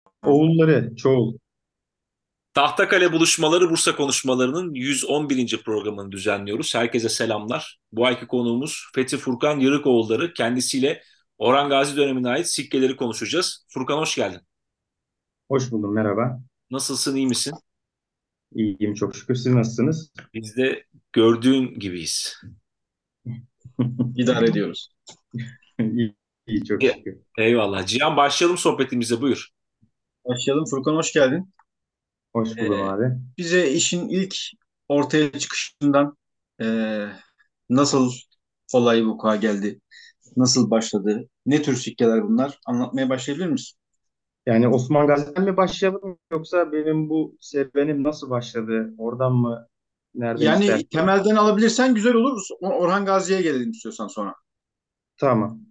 Oğulları çoğul. Tahtakale buluşmaları Bursa konuşmalarının 111. programını düzenliyoruz. Herkese selamlar. Bu ayki konuğumuz Fethi Furkan Yırıkoğulları. Kendisiyle Orhan Gazi dönemine ait sikkeleri konuşacağız. Furkan hoş geldin. Hoş buldum, merhaba. Nasılsın, iyi misin? İyiyim çok şükür. Siz nasılsınız? Biz de gördüğün gibiyiz. idare ediyoruz. İyi, iyi çok şükür. Eyvallah. Cihan başlayalım sohbetimize buyur. Başlayalım. Furkan hoş geldin. Hoş buldum Ee, abi. bize işin ilk ortaya çıkışından ee, nasıl olay vuku'a geldi, nasıl başladı, ne tür sikkeler bunlar anlatmaya başlayabilir misin? Yani Osman Gazi'den mi başlayalım yoksa benim bu serüvenim nasıl başladı? Oradan mı? Nereden Yani istersin? temelden alabilirsen güzel olur. Orhan Gazi'ye gelelim istiyorsan sonra. Tamam.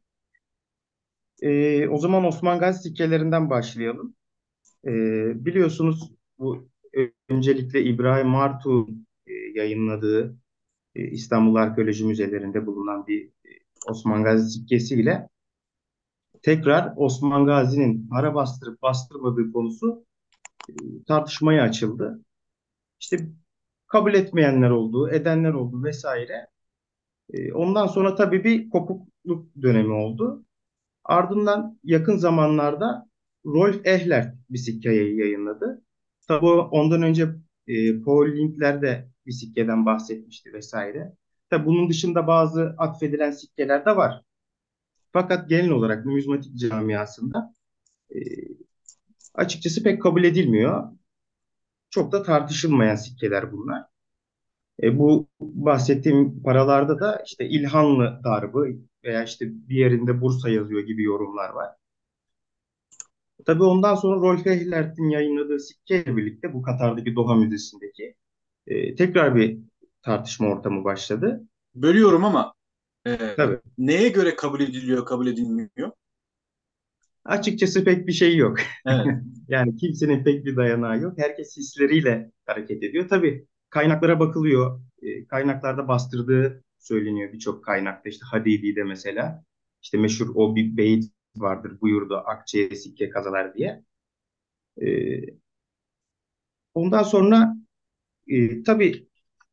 O zaman Osman Gazi sikkelerinden başlayalım. Biliyorsunuz bu öncelikle İbrahim Martu'nun yayınladığı İstanbul Arkeoloji Müzelerinde bulunan bir Osman Gazi sikkesiyle tekrar Osman Gazi'nin para bastırıp bastırmadığı konusu tartışmaya açıldı. İşte kabul etmeyenler oldu, edenler oldu vesaire. Ondan sonra tabii bir kopukluk dönemi oldu. Ardından yakın zamanlarda Rolf Ehlert bir sikkeyi yayınladı. Tabii ondan önce Paul Linkler de bir sikkeden bahsetmişti vesaire. Tabii bunun dışında bazı atfedilen sikkeler de var. Fakat genel olarak numizmatik camiasında e, açıkçası pek kabul edilmiyor. Çok da tartışılmayan sikkeler bunlar. Bu bahsettiğim paralarda da işte İlhanlı darbı veya işte bir yerinde Bursa yazıyor gibi yorumlar var. Tabii ondan sonra Rolf Ehlert'in yayınladığı sikkeyle birlikte bu Katar'daki Doha Müzesi'ndeki tekrar bir tartışma ortamı başladı. Bölüyorum ama Tabii neye göre kabul ediliyor, kabul edilmiyor? açıkçası pek bir şey yok. Evet. Yani kimsenin pek bir dayanağı yok. Herkes hisleriyle hareket ediyor. Tabii kaynaklara bakılıyor. Kaynaklarda bastırdığı söyleniyor birçok kaynakta. İşte Hadidi'de mesela işte meşhur o bir beyit vardır. Buyurdu akçeye sikke kazalar diye. E, Ondan sonra tabii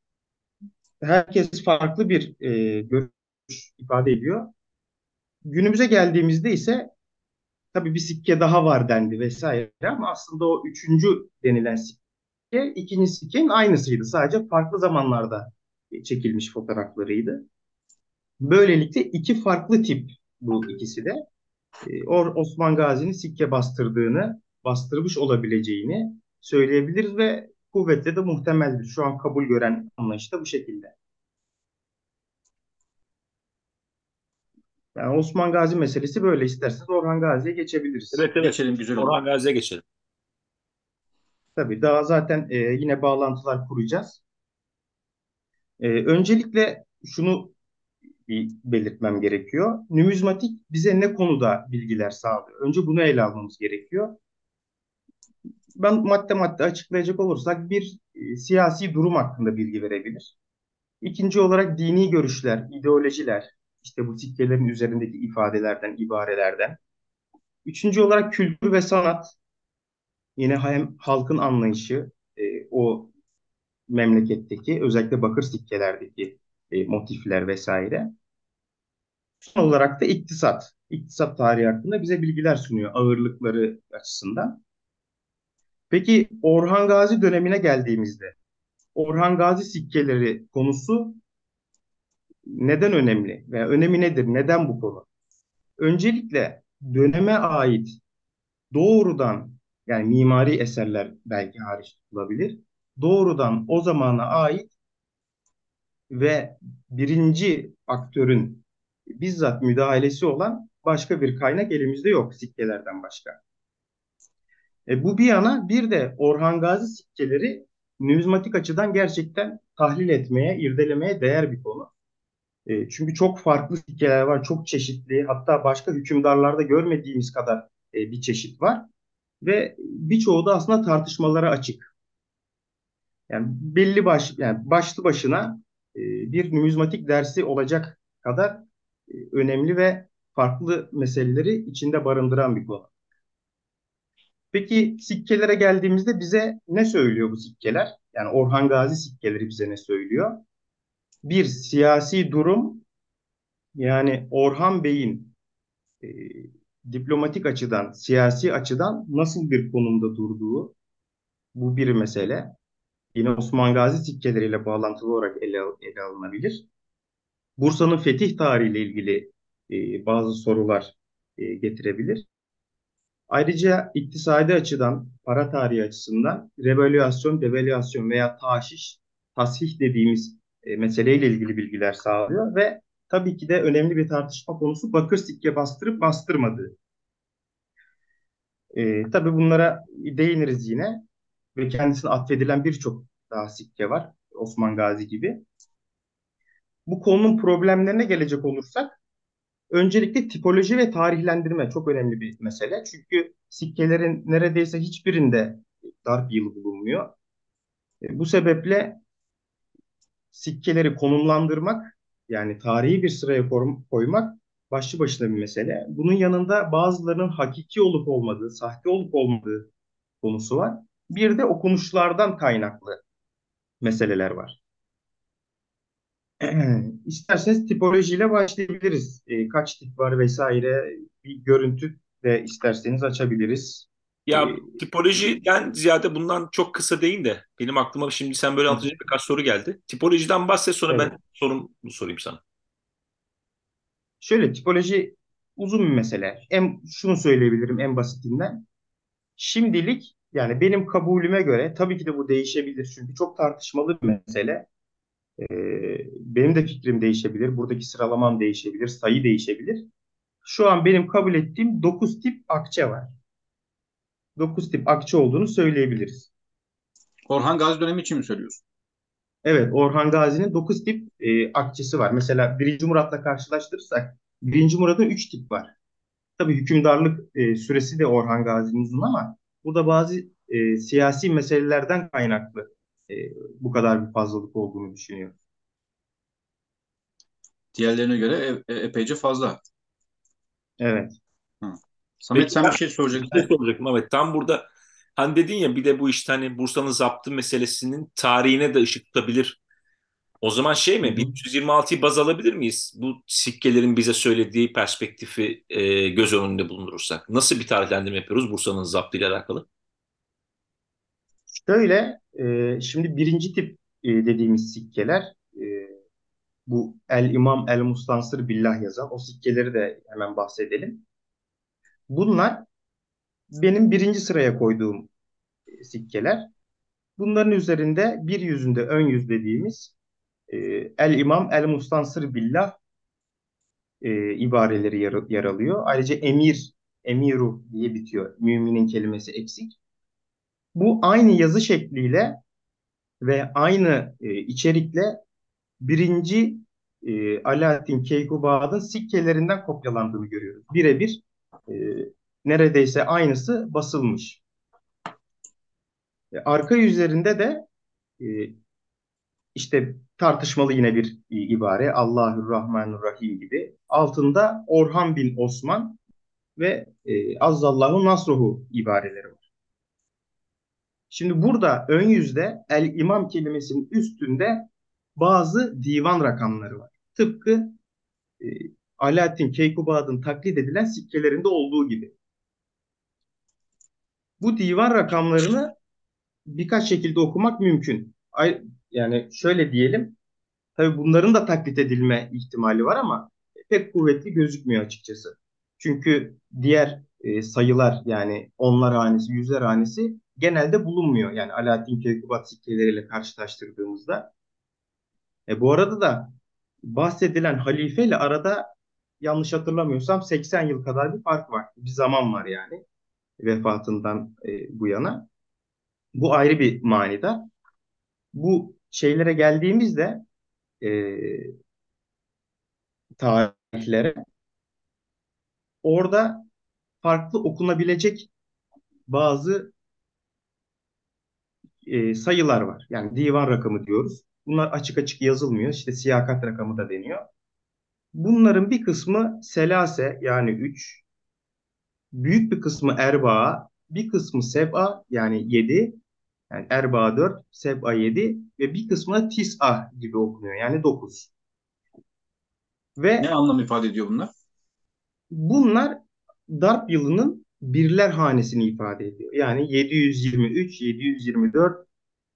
herkes farklı bir görüş ifade ediyor. Günümüze geldiğimizde ise tabii bir sikke daha var dendi vesaire ama aslında o üçüncü denilen sikke ikinci sikkenin aynısıydı. Sadece farklı zamanlarda çekilmiş fotoğraflarıydı. Böylelikle iki farklı tip bu ikisi de. Osman Gazi'nin sikke bastırdığını, bastırmış olabileceğini söyleyebiliriz ve kuvvetle de muhtemeldir. Şu an kabul gören anlayış da bu şekilde. Yani Osman Gazi meselesi böyle. İsterseniz Orhan Gazi'ye geçebiliriz. Evet evet. Geçelim, güzel olur. Orhan Gazi'ye geçelim. Tabii daha zaten yine bağlantılar kuracağız. Öncelikle şunu bir belirtmem gerekiyor. Numizmatik bize ne konuda bilgiler sağlıyor? Önce bunu ele almamız gerekiyor. Ben madde madde açıklayacak olursak bir siyasi durum hakkında bilgi verebilir. İkinci olarak dini görüşler, ideolojiler, işte bu sikkelerin üzerindeki ifadelerden, ibarelerden. Üçüncü olarak kültür ve sanat, yine hem halkın anlayışı, o memleketteki özellikle bakır sikkelerdeki motifler vesaire. Son olarak da iktisat. İktisat tarihi hakkında bize bilgiler sunuyor ağırlıkları açısından. Peki Orhan Gazi dönemine geldiğimizde Orhan Gazi sikkeleri konusu neden önemli veya önemi nedir? Neden bu konu? Öncelikle döneme ait doğrudan yani mimari eserler belki hariç tutulabilir. Doğrudan o zamana ait ve birinci aktörün bizzat müdahalesi olan başka bir kaynak elimizde yok sikkelerden başka. Bu bir yana bir de Orhan Gazi sikkeleri numizmatik açıdan gerçekten tahlil etmeye, irdelemeye değer bir konu. Çünkü çok farklı sikkeler var, çok çeşitli. Hatta başka hükümdarlarda görmediğimiz kadar bir çeşit var. Ve birçoğu da aslında tartışmalara açık. Yani yani başlı başına bir numizmatik dersi olacak kadar önemli ve farklı meseleleri içinde barındıran bir konu. Peki sikkelere geldiğimizde bize ne söylüyor bu sikkeler? Yani Orhan Gazi sikkeleri bize ne söylüyor? Bir siyasi durum, yani Orhan Bey'in e, diplomatik açıdan, siyasi açıdan nasıl bir konumda durduğu, bu bir mesele. Yine Osman Gazi sikkeleriyle bağlantılı olarak ele alınabilir. Bursa'nın fetih tarihiyle ilgili bazı sorular getirebilir. Ayrıca iktisadi açıdan, para tarihi açısından revalüasyon, devalüasyon veya taşiş, tasih dediğimiz meseleyle ilgili bilgiler sağlıyor ve tabii ki de önemli bir tartışma konusu bakır sikke bastırıp bastırmadığı. Tabii bunlara değiniriz yine ve kendisine atfedilen birçok daha sikke var Osman Gazi gibi. Bu konunun problemlerine gelecek olursak, öncelikle tipoloji ve tarihlendirme çok önemli bir mesele. Çünkü sikkelerin neredeyse hiçbirinde darp yılı bulunmuyor. Bu sebeple sikkeleri konumlandırmak, yani tarihi bir sıraya koymak başlı başına bir mesele. Bunun yanında bazılarının hakiki olup olmadığı, sahte olup olmadığı konusu var. Bir de okunuşlardan kaynaklı meseleler var. İsterseniz tipolojiyle başlayabiliriz. Kaç tip var vesaire, bir görüntü de isterseniz açabiliriz. E, Ya tipolojiden ziyade bundan çok kısa değil de benim aklıma şimdi sen böyle hı anlatınca hı. birkaç soru geldi. Tipolojiden bahset sonra ben Evet. sorumu sorayım sana. Şöyle, tipoloji uzun bir mesele. Şunu söyleyebilirim en basitinden. Şimdilik, yani benim kabulüme göre, tabii ki de bu değişebilir. Çünkü çok tartışmalı bir mesele. E, Benim de fikrim değişebilir. Buradaki sıralamam değişebilir. Sayı değişebilir. Şu an benim kabul ettiğim 9 tip akçe var. 9 tip akçe olduğunu söyleyebiliriz. Orhan Gazi dönemi için mi söylüyorsun? Evet, Orhan Gazi'nin 9 tip akçesi var. Mesela birinci Murat'la karşılaştırırsak birinci Murat'ın 3 tip var. Tabii hükümdarlık süresi de Orhan Gazi'nin uzun ama burada bazı siyasi meselelerden kaynaklı e, bu kadar bir fazlalık olduğunu düşünüyorum. Diğerlerine göre epeyce fazla. Evet. Hı. Peki Samet sen bir şey bir şey soracaktın. soracaktım. Evet, tam burada hani dedin ya bir de bu işte hani Bursa'nın zaptı meselesinin tarihine de ışık tutabilir. O zaman şey Hı mi hı. 1326'yı baz alabilir miyiz? Bu sikkelerin bize söylediği perspektifi göz önünde bulundurursak. Nasıl bir tarihlendirme yapıyoruz Bursa'nın zaptı ile alakalı? Şöyle, şimdi birinci tip dediğimiz sikkeler, e, bu El İmam El Mustansır Billah yazan o sikkeleri de hemen bahsedelim. Bunlar benim birinci sıraya koyduğum sikkeler. Bunların üzerinde bir yüzünde ön yüz dediğimiz e, El İmam El Mustansır Billah ibareleri yer alıyor. Ayrıca emir, emiru diye bitiyor. Müminin kelimesi eksik. Bu aynı yazı şekliyle ve aynı içerikle birinci Alaaddin Keykubat'ın sikkelerinden kopyalandığını görüyoruz. Birebir e, neredeyse aynısı basılmış. Arka yüzlerinde de e, işte tartışmalı yine bir ibare, Allahürrahmanirrahim gibi. Altında Orhan bin Osman ve Azzallahu Nasruhu ibareleri var. Şimdi burada ön yüzde el imam kelimesinin üstünde bazı divan rakamları var. Tıpkı e, Alaaddin Keykubat'ın taklit edilen sikkelerinde olduğu gibi. Bu divan rakamlarını birkaç şekilde okumak mümkün. Yani şöyle diyelim, tabii bunların da taklit edilme ihtimali var ama pek kuvvetli gözükmüyor açıkçası. Çünkü diğer sayılar, yani onlar hanesi, yüzler hanesi genelde bulunmuyor. Yani Alaaddin Keykubat sikkeleriyle karşılaştırdığımızda. Bu arada da bahsedilen halifeyle arada, yanlış hatırlamıyorsam, 80 yıl kadar bir fark var. Bir zaman var yani vefatından bu yana. Bu ayrı bir manidar. Bu şeylere geldiğimizde e, tarihlere, orada farklı okunabilecek bazı sayılar var. Yani divan rakamı diyoruz. Bunlar açık açık yazılmıyor. İşte siyakat rakamı da deniyor. Bunların bir kısmı selase, yani 3, büyük bir kısmı erbaa, bir kısmı seb'a yani 7, yani erbaa 4, seb'a 7 ve bir kısmı da tis'a gibi okunuyor yani 9. Ne Ve anlam ifade ediyor bunlar? bunlar darp yılının birler hanesini ifade ediyor. Yani 723, 724,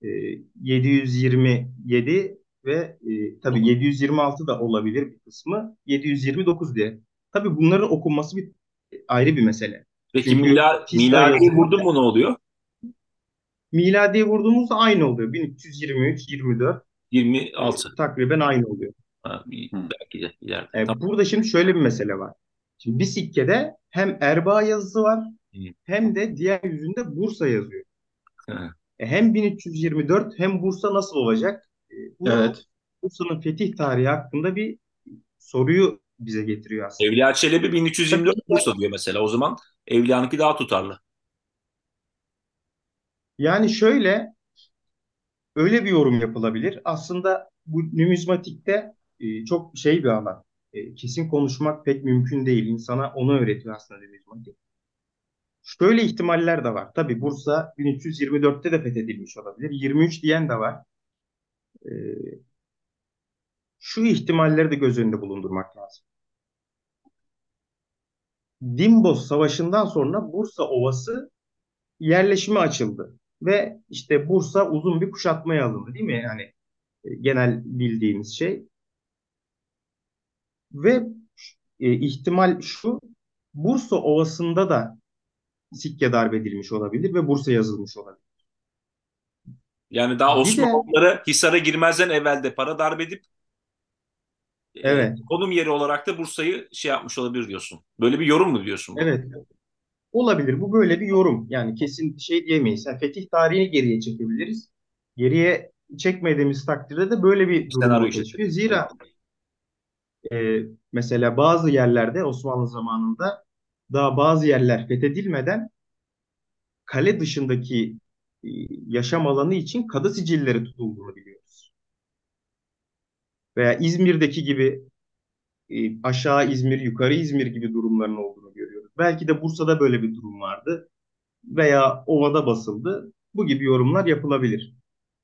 727 ve tabii 726 da olabilir bir kısmı. 729 diye. Tabii bunların okunması bir ayrı bir mesele. Peki Çünkü Tis'a miladiye yazılınca vurdu mu ne oluyor? miladiye vurduğumuzda aynı oluyor. 1323, 24 26. takriben aynı oluyor. Ha, Hı. belki de ileride. Tamam. Burada şimdi şöyle bir mesele var. Şimdi bir sikkede hem erbaa yazısı var hem de diğer yüzünde Bursa yazıyor. Hem 1324 hem Bursa nasıl olacak? Bu Evet. Bursa'nın fetih tarihi hakkında bir soruyu bize getiriyor aslında. Evliya Çelebi Tabii 1324 Bursa diyor mesela. O zaman Evliya'nınki daha tutarlı. yani şöyle öyle bir yorum yapılabilir. Aslında bu numizmatikte çok şey bir alan. Kesin konuşmak pek mümkün değil. İnsana onu öğretiyor aslında numizmatik. Şöyle ihtimaller de var. Tabii Bursa 1324'te de fethedilmiş olabilir. 23 diyen de var. E, Şu ihtimalleri de göz önünde bulundurmak lazım. Dimbos Savaşı'ndan sonra Bursa Ovası yerleşime açıldı. Ve işte Bursa uzun bir kuşatmaya alındı değil mi? Yani genel bildiğimiz şey. Ve ihtimal şu, Bursa Ovası'nda da sikke darp edilmiş olabilir ve Bursa yazılmış olabilir. Yani daha Bir de Osmanlılara Hisar'a girmezden evvel de para darp edip evet, konum yeri olarak da Bursa'yı şey yapmış olabilir diyorsun. Böyle bir yorum mu diyorsun bu? evet olabilir. Bu böyle bir yorum. Yani kesin bir şey diyemeyiz. Yani fetih tarihini geriye çekebiliriz. Geriye çekmediğimiz takdirde de böyle bir durum Senaryo ortaya işletelim. çıkıyor. Zira mesela bazı yerlerde Osmanlı zamanında daha bazı yerler fethedilmeden kale dışındaki yaşam alanı için kadı sicilleri tutulduğunu biliyoruz. Veya İzmir'deki gibi aşağı İzmir, yukarı İzmir gibi durumların olduğunu görüyoruz. Belki de Bursa'da böyle bir durum vardı veya Ova'da basıldı. Bu gibi yorumlar yapılabilir.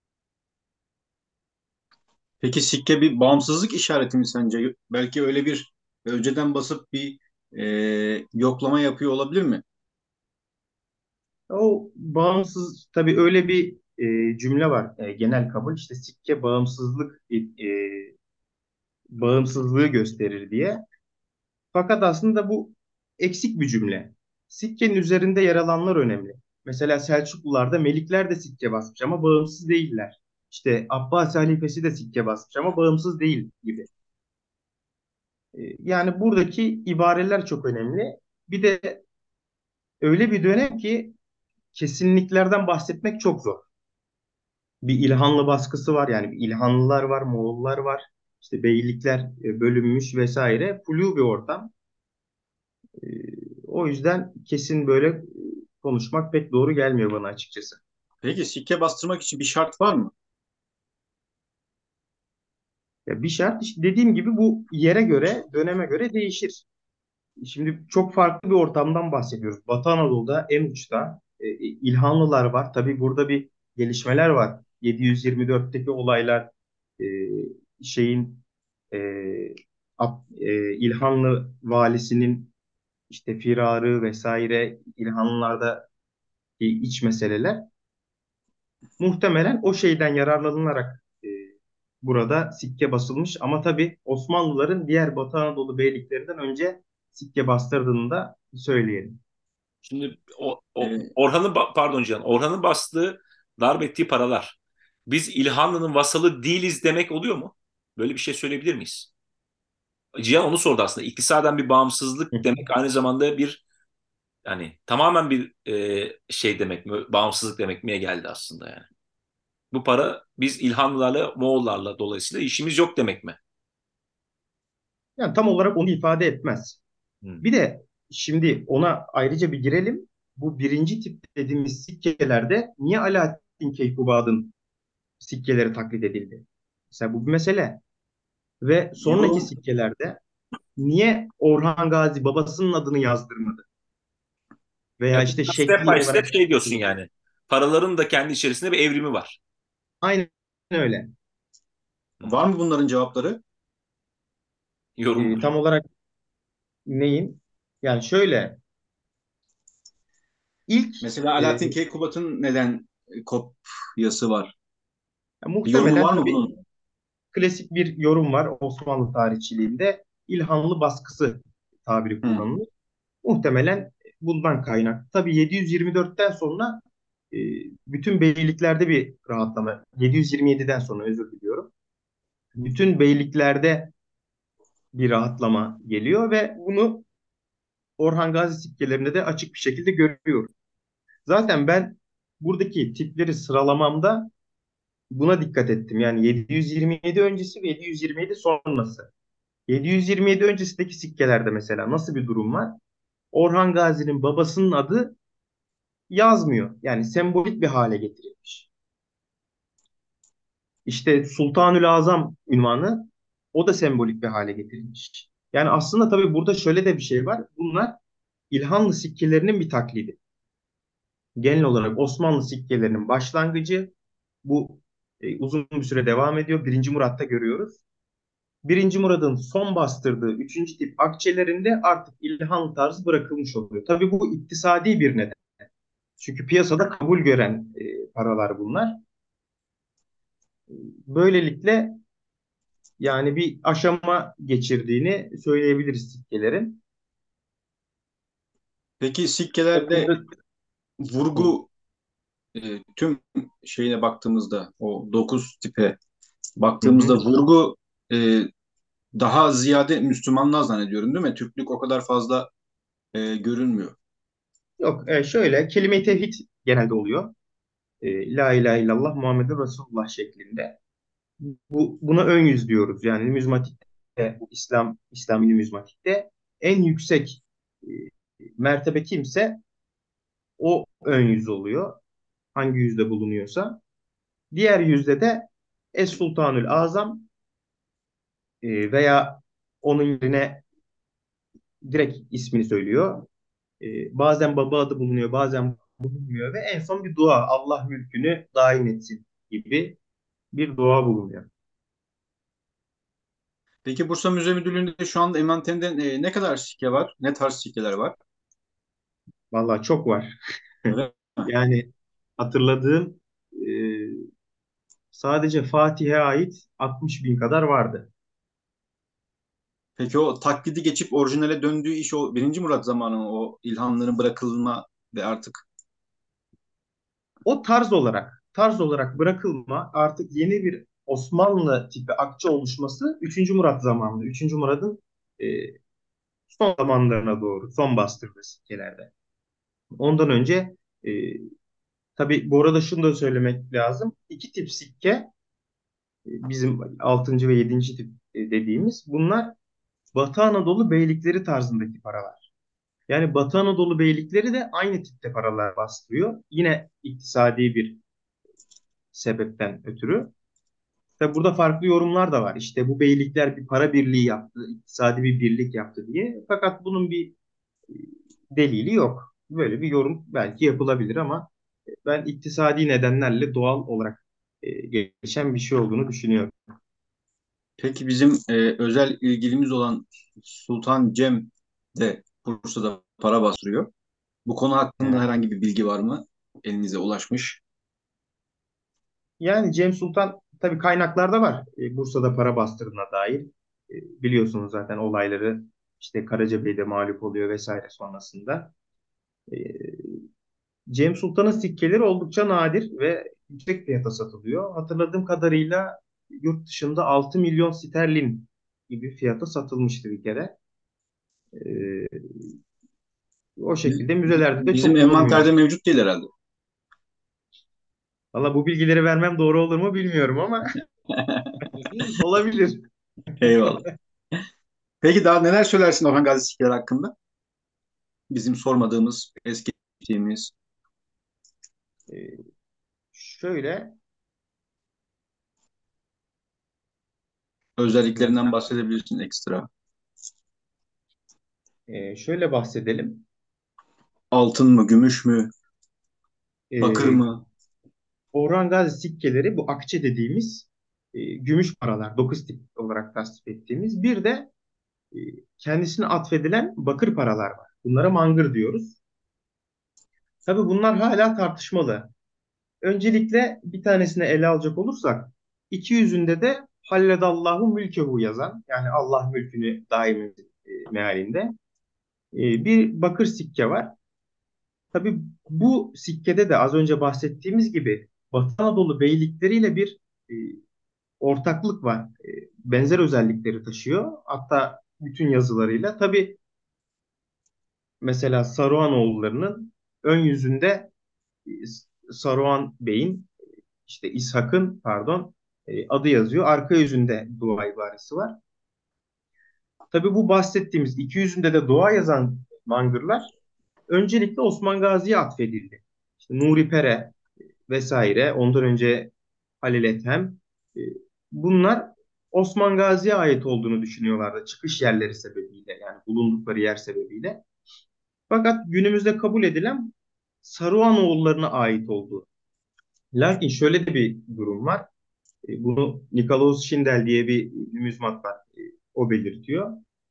Peki sikke bir bağımsızlık işareti mi sence? Belki öyle bir önceden basıp bir yoklama yapıyor olabilir mi? O bağımsız tabii öyle bir cümle var genel kabul işte sikke bağımsızlığı gösterir diye. Fakat aslında bu eksik bir cümle. Sikkenin üzerinde yer alanlar önemli. Mesela Selçuklularda Melikler de sikke basmış ama bağımsız değiller. İşte Abbas halifesi de sikke basmış ama bağımsız değil gibi. Yani buradaki ibareler çok önemli. Bir de öyle bir dönem ki kesinliklerden bahsetmek çok zor. Bir İlhanlı baskısı var yani bir İlhanlılar var, Moğollar var. İşte beylikler bölünmüş vesaire. Flu bir ortam. E, O yüzden kesin böyle konuşmak pek doğru gelmiyor bana açıkçası. Peki sikke bastırmak için bir şart var mı? Ya bir şart işte dediğim gibi bu yere göre, döneme göre değişir. Şimdi çok farklı bir ortamdan bahsediyoruz. Batı Anadolu'da en uçta İlhanlılar var. Tabii burada bir gelişmeler var. 724'teki olaylar e, şeyin e, İlhanlı valisinin işte firarı vesaire İlhanlılarda iç meseleler. Muhtemelen o şeyden yararlanılarak burada sikke basılmış. Ama tabii Osmanlıların diğer Batı Anadolu beyliklerinden önce sikke bastırdığını da söyleyelim. Şimdi E, Pardon Cihan, Orhan'ın bastığı, darp ettiği paralar. Biz İlhanlı'nın vasalı değiliz demek oluyor mu? Böyle bir şey söyleyebilir miyiz? Cihan onu sordu aslında. İktisaden bir bağımsızlık demek aynı zamanda bir yani tamamen bir şey demek mi? Bağımsızlık demek miye geldi aslında yani. Bu para biz İlhanlılarla, Moğollarla dolayısıyla işimiz yok demek mi? Yani tam olarak onu ifade etmez. Hmm. Bir de şimdi ona ayrıca bir girelim. Bu birinci tip dediğimiz sikkelerde niye Alaaddin Keykubat'ın sikkeleri taklit edildi? Mesela bu bir mesele. Ve sonraki yo, sikkelerde niye Orhan Gazi babasının adını yazdırmadı? Veya Ya işte step şekli by step olarak şey diyorsun yani. Paraların da kendi içerisinde bir evrimi var. aynen öyle. Var mı bunların cevapları? Yorumlar. Tam olarak neyin? Yani şöyle ilk Mesela e, Alaaddin Keykubat'ın neden kopyası var? Bir yorumu muhtemelen var mı tabii bunun? klasik bir yorum var Osmanlı tarihçiliğinde. İlhanlı baskısı tabiri Hı. kullanılır. Muhtemelen bundan kaynak. Tabii 724'ten sonra e, bütün beyliklerde bir rahatlama. 727'den sonra özür diliyorum. Bütün beyliklerde bir rahatlama geliyor ve bunu Orhan Gazi sikkelerinde de açık bir şekilde görüyoruz. Zaten ben buradaki tipleri sıralamamda buna dikkat ettim. Yani 727 öncesi ve 727 sonrası. 727 öncesindeki sikkelerde mesela nasıl bir durum var? Orhan Gazi'nin babasının adı yazmıyor. Yani sembolik bir hale getirilmiş. İşte Sultanül Azam ünvanı o da sembolik bir hale getirilmiş. Yani aslında tabii burada şöyle de bir şey var. Bunlar İlhanlı sikkelerinin bir taklidi. Genel olarak Osmanlı sikkelerinin başlangıcı bu uzun bir süre devam ediyor. Birinci Murat'ta görüyoruz. Birinci Murad'ın son bastırdığı üçüncü tip akçelerinde artık İlhanlı tarzı bırakılmış oluyor. Tabii bu iktisadi bir neden. Çünkü piyasada kabul gören paralar bunlar. Böylelikle yani bir aşama geçirdiğini söyleyebiliriz sikkelerin. Peki Tabii sikkelerde burada hı, vurgu tüm şeyine baktığımızda o 9 tipe hı, hı. baktığımızda vurgu e, daha ziyade Müslümanlığa zannediyorum değil mi? Türklük o kadar fazla görünmüyor. Yok şöyle kelime-i tevhid genelde oluyor. La ilahe illallah Muhammeden Resulullah şeklinde. Buna ön yüz diyoruz. Yani numizmatikte, bu İslami numizmatikte en yüksek e, mertebe kimse o ön yüz oluyor. Hangi yüzde bulunuyorsa. Diğer yüzde de Es Sultanül Azam veya onun yerine direkt ismini söylüyor. Bazen baba adı bulunuyor, bazen bulunmuyor ve en son bir dua. Allah mülkünü daim etsin gibi bir dua bulunuyor. Peki Bursa Müze Müdürlüğü'nde şu anda envanterinde ne kadar sikke var? Ne tarz sikkeler var? Vallahi çok var. Öyle mi? Yani hatırladığım e, sadece Fatih'e ait 60 bin kadar vardı. Peki o taklidi geçip orijinale döndüğü iş o birinci Murat zamanı mı? O ilhamların bırakılma ve artık O tarz olarak bırakılma artık yeni bir Osmanlı tipi akçe oluşması 3. Murat zamanında. 3. Murat'ın e, son zamanlarına doğru, son bastırdığı sikkelerde. Ondan önce e, tabii bu arada şunu da söylemek lazım. İki tip sikke bizim altıncı ve yedinci tip dediğimiz bunlar Batı Anadolu beylikleri tarzındaki paralar. Yani Batı Anadolu beylikleri de aynı tipte paralar bastırıyor. Yine iktisadi bir sebepten ötürü. Tabi burada farklı yorumlar da var. İşte bu beylikler bir para birliği yaptı, iktisadi bir birlik yaptı diye. Fakat bunun bir e, delili yok. Böyle bir yorum belki yapılabilir ama ben iktisadi nedenlerle doğal olarak gelişen bir şey olduğunu düşünüyorum. peki bizim özel ilgilimiz olan Sultan Cem de Bursa'da para bastırıyor. Bu konu hakkında He. herhangi bir bilgi var mı? Elinize ulaşmış. Yani Cem Sultan tabii kaynaklarda var. Bursa'da para bastırdığına dair. Biliyorsunuz zaten olayları işte Karacabey'de mağlup oluyor vesaire sonrasında. E, Cem Sultan'ın sikkeleri oldukça nadir ve yüksek fiyata satılıyor. Hatırladığım kadarıyla yurt dışında 6 milyon sterlin gibi fiyata satılmıştı bir kere. E, O şekilde müzelerde de Bizim çok bulunmuyor. envanterde mevcut değil herhalde. Valla bu bilgileri vermem doğru olur mu bilmiyorum ama olabilir. Eyvallah. Peki daha neler söylersin Orhan Gazi sikkeler hakkında? Bizim sormadığımız, eski geçtiğimiz E, Şöyle özelliklerinden bahsedebilirsin ekstra. şöyle bahsedelim. Altın mı, gümüş mü, bakır E, mı? Orhan Gazi sikkeleri bu akçe dediğimiz gümüş paralar, 9 tip olarak tasnif ettiğimiz. Bir de e, kendisine atfedilen bakır paralar var. Bunlara mangır diyoruz. Tabii bunlar hala tartışmalı. Öncelikle bir tanesini ele alacak olursak, iki yüzünde de halledallahu mülkehu yazan, yani Allah mülkünü daim mealinde bir bakır sikke var. Tabii bu sikkede de az önce bahsettiğimiz gibi Batı Anadolu beylikleriyle bir e, ortaklık var. Benzer özellikleri taşıyor. Hatta bütün yazılarıyla. Tabii mesela Saruhanoğullarının ön yüzünde e, Saruhan Bey'in işte İshak'ın pardon adı yazıyor. Arka yüzünde dua ibaresi var. Tabii bu bahsettiğimiz iki yüzünde de dua yazan mangırlar öncelikle Osman Gazi'ye atfedildi. İşte Nuri Pere vesaire, ondan önce Halil Ethem. E, Bunlar Osman Gazi'ye ait olduğunu düşünüyorlardı. Çıkış yerleri sebebiyle, yani bulundukları yer sebebiyle. Fakat günümüzde kabul edilen Saruhanoğullarına ait olduğu. Lakin şöyle de bir durum var. Bunu Nikolaus Schindel diye bir numizmat var. O belirtiyor.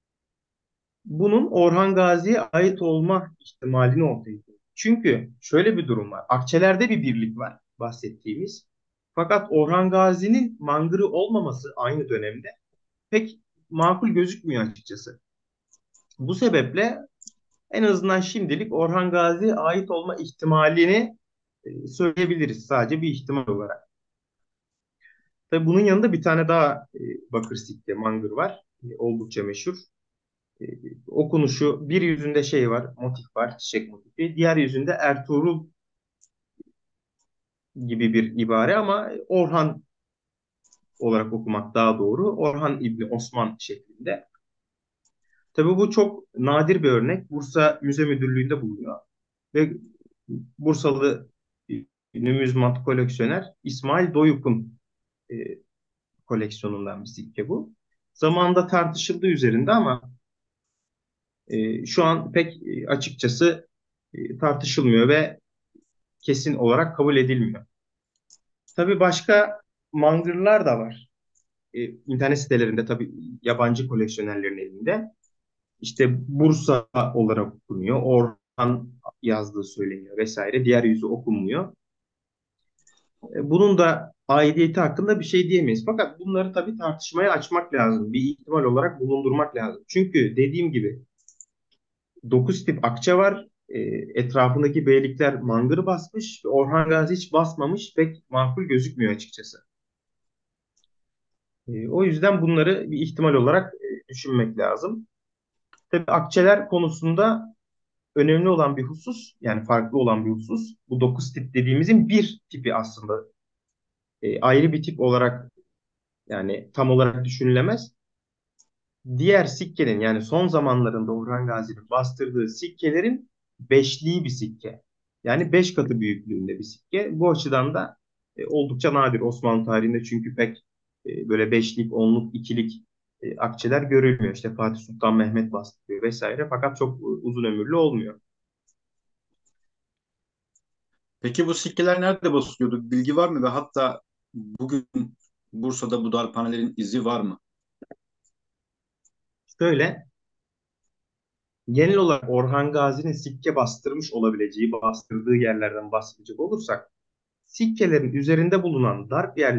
Bunun Orhan Gazi'ye ait olma ihtimalini ortaya koyuyor. Çünkü şöyle bir durum var. Akçelerde bir birlik var bahsettiğimiz. Fakat Orhan Gazi'nin mangırı olmaması aynı dönemde pek makul gözükmüyor açıkçası. Bu sebeple en azından şimdilik Orhan Gazi'ye ait olma ihtimalini söyleyebiliriz sadece bir ihtimal olarak. Tabii bunun yanında bir tane daha bakır sikke mangır var. Oldukça meşhur. E, Okunuşu bir yüzünde şey var, motif var, çiçek motifi. Diğer yüzünde Ertuğrul gibi bir ibare ama Orhan olarak okumak daha doğru. Orhan İbni Osman şeklinde. Tabii bu çok nadir bir örnek. Bursa Müze Müdürlüğü'nde bulunuyor. Ve Bursalı numizmat koleksiyoner İsmail Doyuk'un e, koleksiyonundan bir sikke bu. Zamanında tartışıldığı üzerinde ama şu an pek açıkçası tartışılmıyor ve kesin olarak kabul edilmiyor. Tabii başka mangırlar da var. İnternet sitelerinde tabii yabancı koleksiyonerlerin elinde. İşte Bursa olarak okunuyor. Orhan yazdığı söyleniyor vesaire. Diğer yüzü okunmuyor. Bunun da aidiyeti hakkında bir şey diyemeyiz. Fakat bunları tabii tartışmaya açmak lazım. Bir ihtimal olarak bulundurmak lazım. Çünkü dediğim gibi 9 tip akçe var. Etrafındaki beylikler mangırı basmış. Orhan Gazi hiç basmamış. Pek makul gözükmüyor açıkçası. O yüzden bunları bir ihtimal olarak düşünmek lazım. Tabii akçeler konusunda önemli olan bir husus, yani farklı olan bir husus, bu 9 tip dediğimizin bir tipi aslında ayrı bir tip olarak yani tam olarak düşünülemez. Diğer sikkenin yani son zamanlarında Orhan Gazi'nin bastırdığı sikkelerin beşliği bir sikke. Yani 5 katı büyüklüğünde bir sikke. Bu açıdan da oldukça nadir Osmanlı tarihinde çünkü pek böyle beşlik, onluk, ikilik akçeler görülmüyor. İşte Fatih Sultan Mehmet bastırıyor vesaire fakat çok uzun ömürlü olmuyor. Peki bu sikkeler nerede basılıyordu? Bilgi var mı? Ve hatta bugün Bursa'da bu darphanelerin izi var mı? Şöyle genel olarak Orhan Gazi'nin sikke bastırmış olabileceği, bastırdığı yerlerden bahsedecek olursak sikkelerin üzerinde bulunan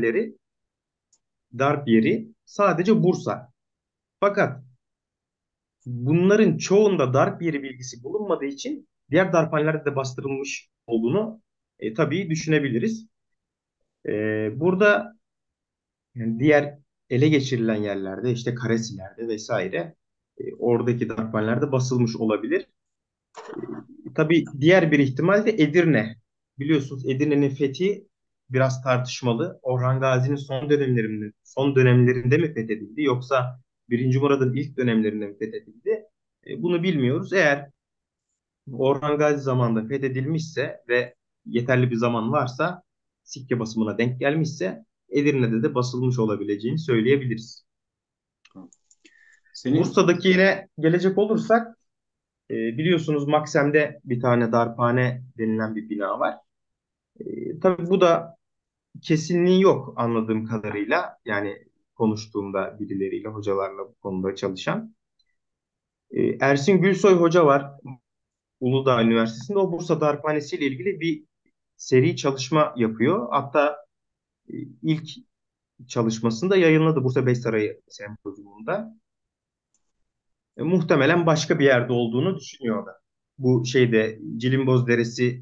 darp yeri sadece Bursa. Fakat bunların çoğunda darp yeri bilgisi bulunmadığı için diğer darphanelerde de bastırılmış olduğunu tabii düşünebiliriz. Burada yani diğer ele geçirilen yerlerde işte Karesiler'de vesaire oradaki darphanelerde basılmış olabilir. Tabii diğer bir ihtimal de Edirne. Biliyorsunuz Edirne'nin fethi biraz tartışmalı. Orhan Gazi'nin son dönemlerinde mi fethedildi yoksa Birinci Murad'ın ilk dönemlerinde mi fethedildi? Bunu bilmiyoruz. Eğer Orhan Gazi zamanında fethedilmişse ve yeterli bir zaman varsa sikke basımına denk gelmişse Edirne'de de basılmış olabileceğini söyleyebiliriz. Senin Bursa'daki yine gelecek olursak Biliyorsunuz Maksim'de bir tane darphane denilen bir bina var. Tabii bu da kesinliği yok anladığım kadarıyla. Yani konuştuğumda birileriyle, hocalarla bu konuda çalışan. Ersin Gülsoy Hoca var Uludağ Üniversitesi'nde. O Bursa Darphanesi ile ilgili bir seri çalışma yapıyor. Hatta e, ilk çalışmasını da yayınladı Bursa Beş Sarayı Sempozyumunda. Muhtemelen başka bir yerde olduğunu düşünüyor o da. Bu şeyde Cilimboz Deresi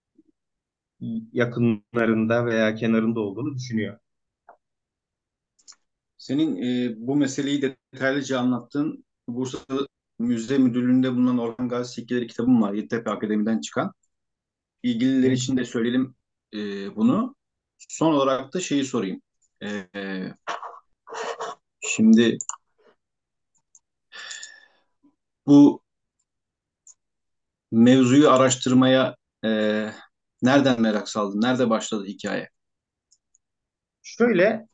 yakınlarında veya kenarında olduğunu düşünüyor. Senin bu meseleyi detaylıca anlattığın Bursa Müze Müdürlüğü'nde bulunan Orhan Gazi Sikkeleri kitabım var. Yeditepe Akademi'den çıkan. İlgililer Hı. için de söyleyelim bunu. Son olarak da şeyi sorayım. E, Şimdi bu mevzuyu araştırmaya e, nereden merak saldın? Nerede başladı hikaye? Şöyle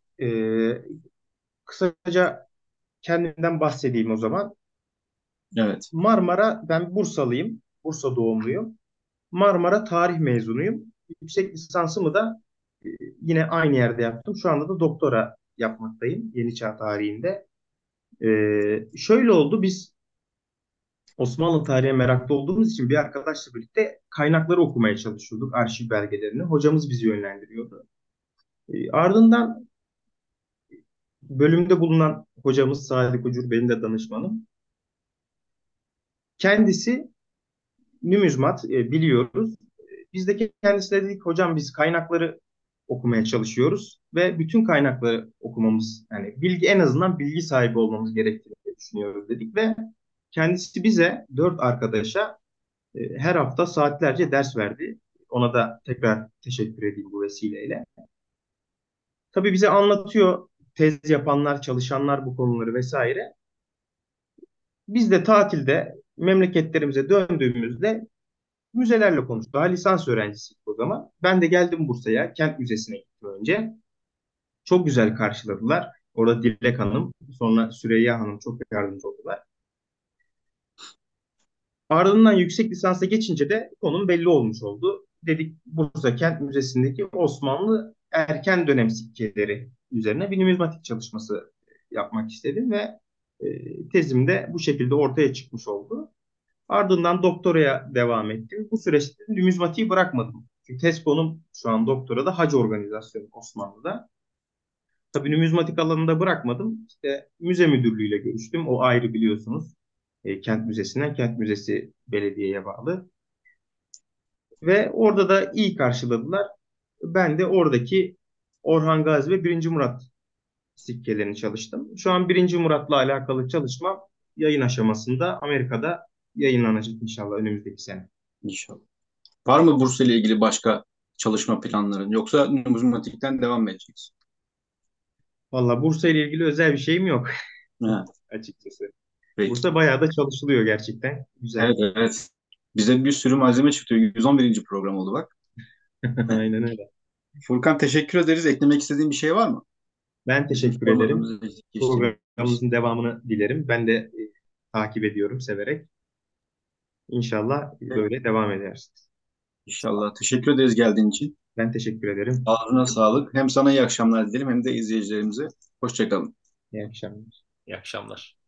kısaca kendimden bahsedeyim o zaman. Evet. Ben Bursalıyım. Bursa doğumluyum. Marmara tarih mezunuyum. Yüksek lisansımı da e, yine aynı yerde yaptım. Şu anda da doktora yapmaktayım Yeni Çağ tarihinde. Şöyle oldu, biz Osmanlı tarihine meraklı olduğumuz için bir arkadaşla birlikte kaynakları okumaya çalışıyorduk, arşiv belgelerini. Hocamız bizi yönlendiriyordu. Ardından bölümde bulunan hocamız Sadık Ucur, benim de danışmanım. Kendisi nümizmat, biliyoruz. Biz de kendisine dedik, hocam biz kaynakları okumaya çalışıyoruz ve bütün kaynakları okumamız, yani bilgi, en azından bilgi sahibi olmamız gerektiğini düşünüyoruz dedik ve kendisi bize 4 arkadaşa her hafta saatlerce ders verdi. Ona da tekrar teşekkür edeyim bu vesileyle. Tabii bize anlatıyor, tez yapanlar, çalışanlar bu konuları vesaire. Biz de tatilde memleketlerimize döndüğümüzde müzelerle konuştuk. Daha lisans öğrencisiydik o zaman. Ben de geldim Bursa'ya, Kent Müzesi'ne gittim önce. Çok güzel karşıladılar. Orada Dilek Hanım, sonra Süreyya Hanım çok yardımcı oldular. Ardından yüksek lisansa geçince de konum belli olmuş oldu. Dedik Bursa Kent Müzesi'ndeki Osmanlı erken dönem sikkeleri üzerine bir numizmatik çalışması yapmak istedim ve tezim de bu şekilde ortaya çıkmış oldu. Ardından doktoraya devam ettim. Bu süreçte numizmatiği bırakmadım. Çünkü tez konum şu an doktorada hac organizasyonu Osmanlı'da. Tabii numizmatik alanında bırakmadım. İşte müze müdürlüğüyle görüştüm. O ayrı biliyorsunuz. Kent Müzesi'nden Kent Müzesi belediyeye bağlı. Ve orada da iyi karşıladılar. Ben de oradaki Orhan Gazi ve Birinci Murat sikkelerini çalıştım. Şu an Birinci Murat'la alakalı çalışmam yayın aşamasında, Amerika'da yayınlanacak inşallah önümüzdeki sene. İnşallah. Var mı Bursa ile ilgili başka çalışma planların? Yoksa numizmatikten devam mı edeceksin? Valla Bursa ile ilgili özel bir şeyim yok Ha, açıkçası. peki. Bursa bayağı da çalışılıyor gerçekten. Evet, Güzel. evet. Bize bir sürü malzeme çıktı. 111. program oldu bak. Aynen öyle. Furkan teşekkür ederiz. Eklemek istediğin bir şey var mı? Ben Bizim teşekkür ederim. sorularımızı geçtiğimiz. Programımızın devamını dilerim. Ben de takip ediyorum severek. İnşallah böyle devam ederiz. İnşallah. Teşekkür ederiz geldiğin için. Ben teşekkür ederim. Ağzına sağlık. Hem sana iyi akşamlar dilerim hem de izleyicilerimize. Hoşça kalın. İyi akşamlar. İyi akşamlar.